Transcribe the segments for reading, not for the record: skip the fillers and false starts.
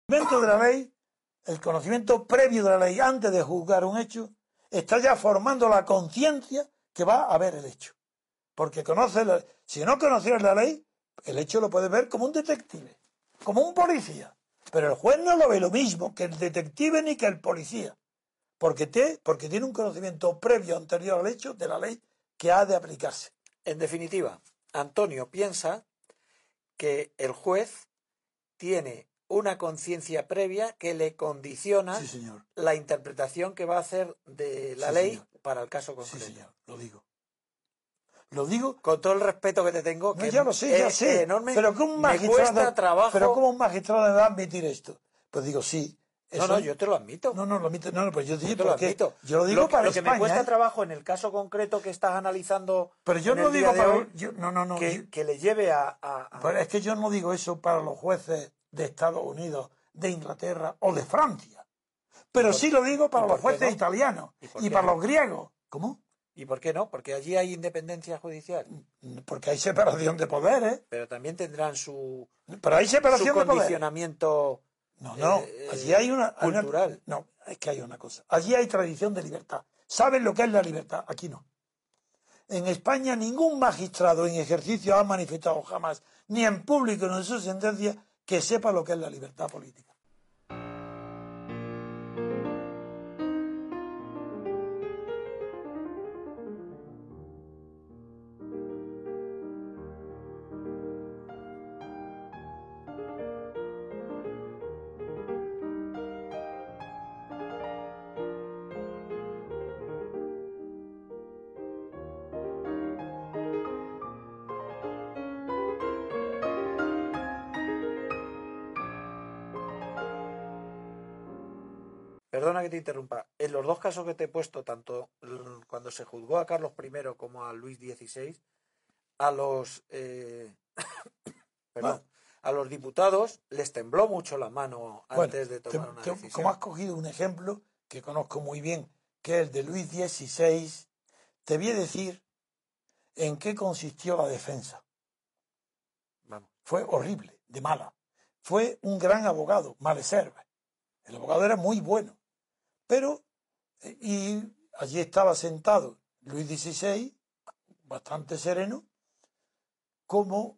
conocimiento de la ley, el conocimiento previo de la ley antes de juzgar un hecho, está ya formando la conciencia que va a ver el hecho. Porque si no conocieras la ley, el hecho lo puedes ver como un detective, como un policía. Pero el juez no lo ve lo mismo que el detective ni que el policía. Porque tiene un conocimiento previo anterior al hecho de la ley que ha de aplicarse. En definitiva, Antonio piensa que el juez tiene una conciencia previa que le condiciona Sí, señor. la interpretación que va a hacer de la Sí, ley señor. para el caso concreto. Sí, señor, lo digo. Lo digo. Con todo el respeto que te tengo, No, que ya lo sé, ya sé. enorme, Pero ¿cómo un me cuesta magistrado, trabajo. pero ¿cómo un magistrado me va a admitir esto? Pues digo, sí. Eso, No, yo te lo admito. No, lo admito. No, pues yo Yo te lo admito. Yo lo digo para lo que España. me cuesta trabajo en el caso concreto que estás analizando. Pero yo no lo digo para hoy, que le lleve a Pero es que yo no digo eso para los jueces de Estados Unidos, de Inglaterra o de Francia. Pero sí lo digo para los jueces italianos y para los griegos. ¿Cómo? ¿Y por qué no? Porque allí hay independencia judicial. Porque hay separación de poderes. Pero también tendrán su condicionamiento. No, allí hay cultural. No, es que hay una cosa. Allí hay tradición de libertad. ¿Saben lo que es la libertad? Aquí no. En España ningún magistrado en ejercicio ha manifestado jamás, ni en público ni en su sentencia, que sepa lo que es la libertad política. Perdona que te interrumpa. En los dos casos que te he puesto, tanto cuando se juzgó a Carlos I como a Luis XVI, a los a los diputados les tembló mucho la mano antes de tomar una decisión. Como has cogido un ejemplo que conozco muy bien, que es el de Luis XVI, te voy a decir en qué consistió la defensa. Vamos. Fue horrible, de mala. Fue un gran abogado, Maleserve. El abogado era muy bueno. Pero, y allí estaba sentado Luis XVI, bastante sereno, como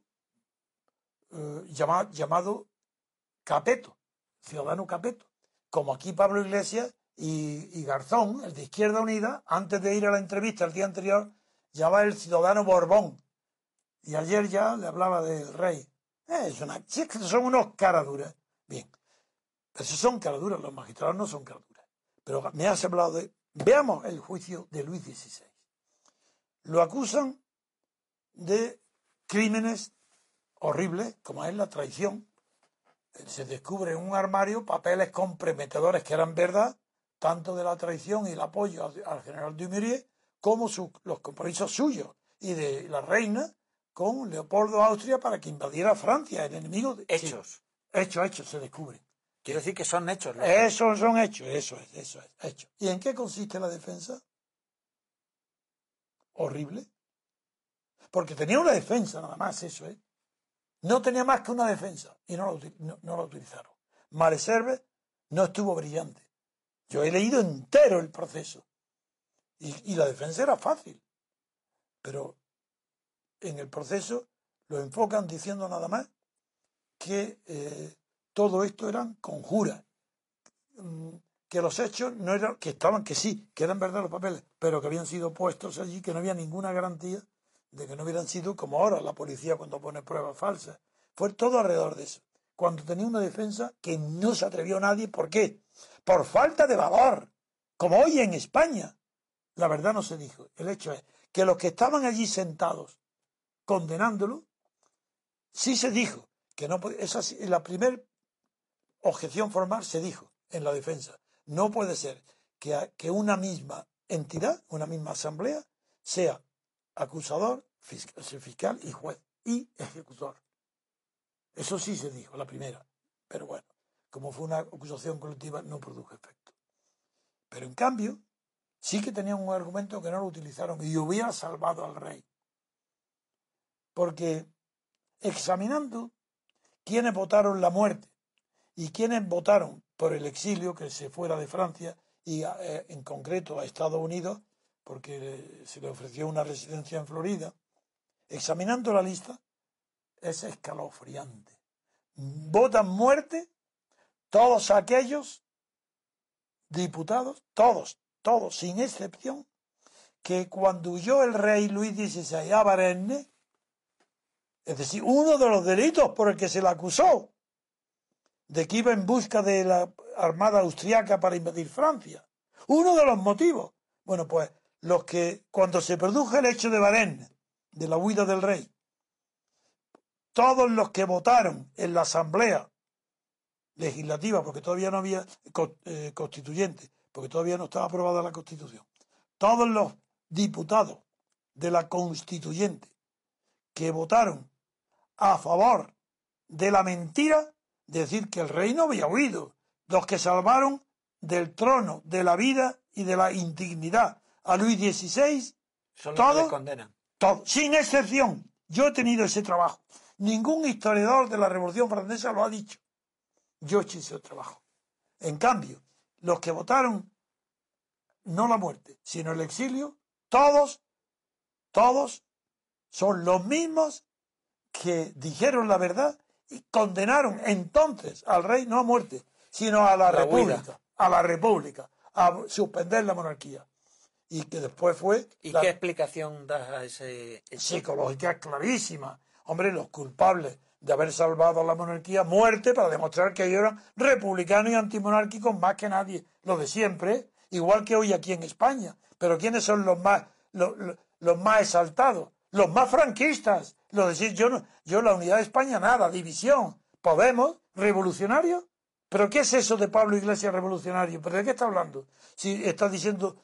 llamado Capeto, ciudadano Capeto. Como aquí Pablo Iglesias y Garzón, el de Izquierda Unida, antes de ir a la entrevista el día anterior, llamaba el ciudadano Borbón. Y ayer ya le hablaba del rey. Si es que son unos caraduras. Bien, pero si son caraduras, los magistrados no son caraduras. Pero me has hablado de... Veamos el juicio de Luis XVI. Lo acusan de crímenes horribles, como es la traición. Se descubre en un armario papeles comprometedores que eran verdad, tanto de la traición y el apoyo al general Dumouriez, como los compromisos suyos y de la reina con Leopoldo Austria para que invadiera Francia, el enemigo de... Hechos. Hechos, se descubren. Quiero decir que son hechos. Esos son hechos, eso es, hechos. ¿Y en qué consiste la defensa? Horrible. Porque tenía una defensa nada más, eso es. No tenía más que una defensa y no la utilizaron. Maleserve no estuvo brillante. Yo he leído entero el proceso y la defensa era fácil. Pero en el proceso lo enfocan diciendo nada más que todo esto eran conjuras. Que los hechos no eran, que eran verdad los papeles, pero que habían sido puestos allí, que no había ninguna garantía de que no hubieran sido como ahora la policía cuando pone pruebas falsas. Fue todo alrededor de eso. Cuando tenía una defensa que no se atrevió nadie, ¿por qué? Por falta de valor. Como hoy en España. La verdad no se dijo. El hecho es que los que estaban allí sentados condenándolo, sí se dijo que no podía. Esa es la primera objeción formal, se dijo en la defensa. No puede ser que una misma entidad, una misma asamblea, sea acusador, fiscal y juez y ejecutor. Eso sí se dijo, la primera. Pero bueno, como fue una acusación colectiva, no produjo efecto. Pero en cambio, sí que tenían un argumento que no lo utilizaron y hubiera salvado al rey. Porque examinando quienes votaron la muerte y quienes votaron por el exilio, que se fuera de Francia y en concreto a Estados Unidos, porque se le ofreció una residencia en Florida. Examinando la lista, es escalofriante. Votan muerte todos aquellos diputados, todos, sin excepción, que cuando huyó el rey Luis XVI a Varennes, es decir, uno de los delitos por el que se le acusó, de que iba en busca de la armada austriaca para invadir Francia, uno de los motivos. Bueno, pues los que, cuando se produjo el hecho de Varennes, de la huida del rey, todos los que votaron en la asamblea legislativa, porque todavía no había constituyente, porque todavía no estaba aprobada la Constitución, todos los diputados de la constituyente que votaron a favor de la mentira de decir que el rey no había huido, los que salvaron del trono, de la vida y de la indignidad a Luis XVI, son los que le todos, condenan. todos, sin excepción. Yo he tenido ese trabajo. Ningún historiador de la Revolución Francesa lo ha dicho. Yo he hecho ese trabajo. En cambio, los que votaron no la muerte, sino el exilio, todos son los mismos que dijeron la verdad y condenaron entonces al rey no a muerte, sino a la república, a suspender la monarquía. Y que después fue... ¿Y qué explicación das a ese hecho? Psicológica clarísima. Hombre, los culpables de haber salvado a la monarquía, muerte, para demostrar que ellos eran republicanos y antimonárquicos más que nadie. Lo de siempre, igual que hoy aquí en España. Pero ¿quiénes son los más exaltados? Los más franquistas. Lo decir, yo la unidad de España, nada, división. Podemos, revolucionarios. ¿Pero qué es eso de Pablo Iglesias revolucionario? ¿Pero de qué está hablando? Si está diciendo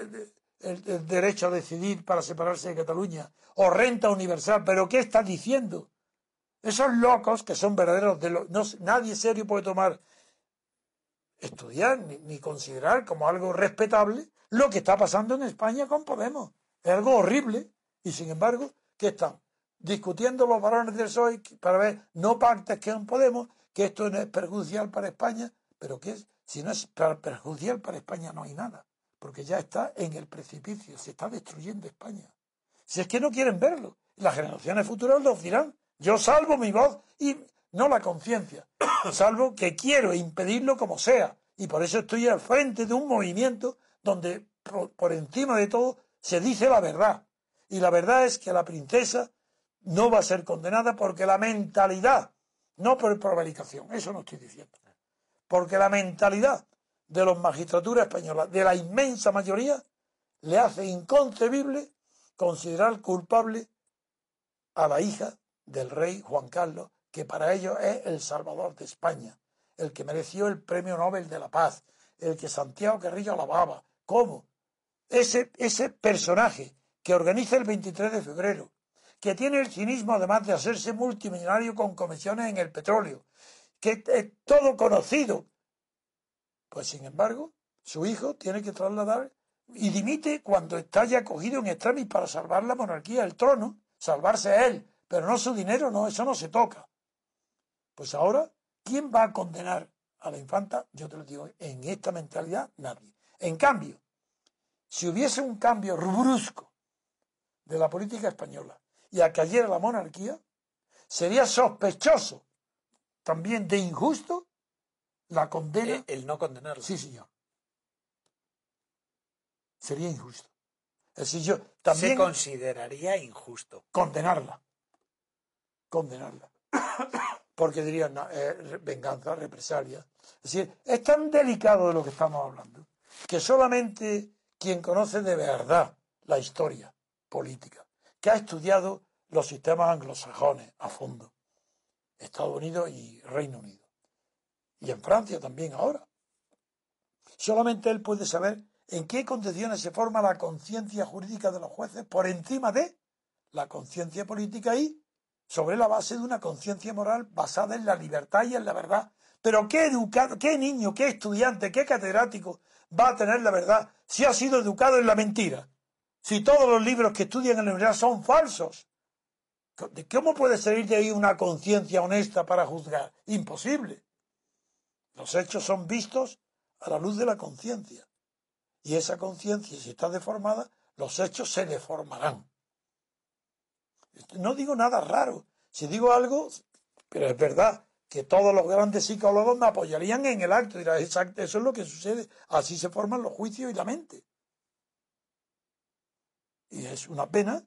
el derecho a decidir para separarse de Cataluña, o renta universal, ¿pero qué está diciendo? Esos locos que son verdaderos, nadie serio puede estudiar ni considerar como algo respetable lo que está pasando en España con Podemos. Es algo horrible. Y sin embargo, ¿qué están? Discutiendo los varones del PSOE para ver, no pactes con Podemos, que esto no es perjudicial para España. ¿Pero qué es? Si no es perjudicial para España, no hay nada. Porque ya está en el precipicio, se está destruyendo España. Si es que no quieren verlo, las generaciones futuras los dirán. Yo salvo mi voz y no la conciencia, salvo que quiero impedirlo como sea. Y por eso estoy al frente de un movimiento donde por encima de todo se dice la verdad. Y la verdad es que la princesa no va a ser condenada porque la mentalidad, no por prevaricación, eso no estoy diciendo, porque la mentalidad de los magistraturas españolas, de la inmensa mayoría, le hace inconcebible considerar culpable a la hija del rey Juan Carlos, que para ellos es el salvador de España, el que mereció el Premio Nobel de la Paz, el que Santiago Carrillo alababa. ¿Cómo? Ese personaje que organiza el 23 de febrero, que tiene el cinismo además de hacerse multimillonario con comisiones en el petróleo, que es todo conocido, pues sin embargo, su hijo tiene que trasladar y dimite cuando está ya cogido en extremis para salvar la monarquía, el trono, salvarse a él, pero no su dinero, no, eso no se toca. Pues ahora, ¿quién va a condenar a la infanta? Yo te lo digo, en esta mentalidad, nadie. En cambio, si hubiese un cambio brusco de la política española y a cayera la monarquía, sería sospechoso, también de injusto, la condena. El no condenarlo. Sí, señor. Sería injusto. Es decir, yo también... Se consideraría injusto. Condenarla. Porque dirían, no, venganza, represalia. Es decir, es tan delicado de lo que estamos hablando que solamente quien conoce de verdad la historia política, que ha estudiado los sistemas anglosajones a fondo, Estados Unidos y Reino Unido, y en Francia también ahora, solamente él puede saber en qué condiciones se forma la conciencia jurídica de los jueces por encima de la conciencia política y sobre la base de una conciencia moral basada en la libertad y en la verdad. Pero qué educado, qué niño, qué estudiante, qué catedrático va a tener la verdad si ha sido educado en la mentira. Si todos los libros que estudian en la universidad son falsos. ¿Cómo puede salir de ahí una conciencia honesta para juzgar? Imposible. Los hechos son vistos a la luz de la conciencia. Y esa conciencia, si está deformada, los hechos se deformarán. No digo nada raro. Si digo algo, pero es verdad que todos los grandes psicólogos me apoyarían en el acto. Dirán, exacto, eso es lo que sucede. Así se forman los juicios y la mente. Y es una pena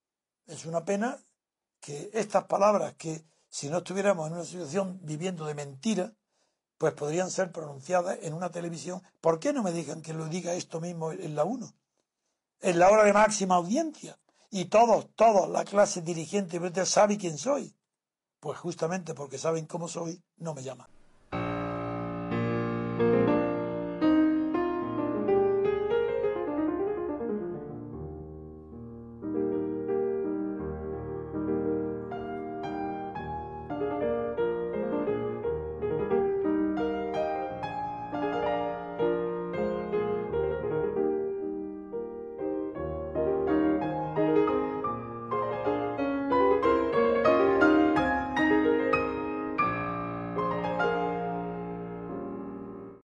que estas palabras que, si no estuviéramos en una situación viviendo de mentira, pues podrían ser pronunciadas en una televisión. ¿Por qué no me digan que lo diga esto mismo en la 1? En la hora de máxima audiencia. Y todos, la clase dirigente sabe quién soy. Pues justamente porque saben cómo soy, no me llaman.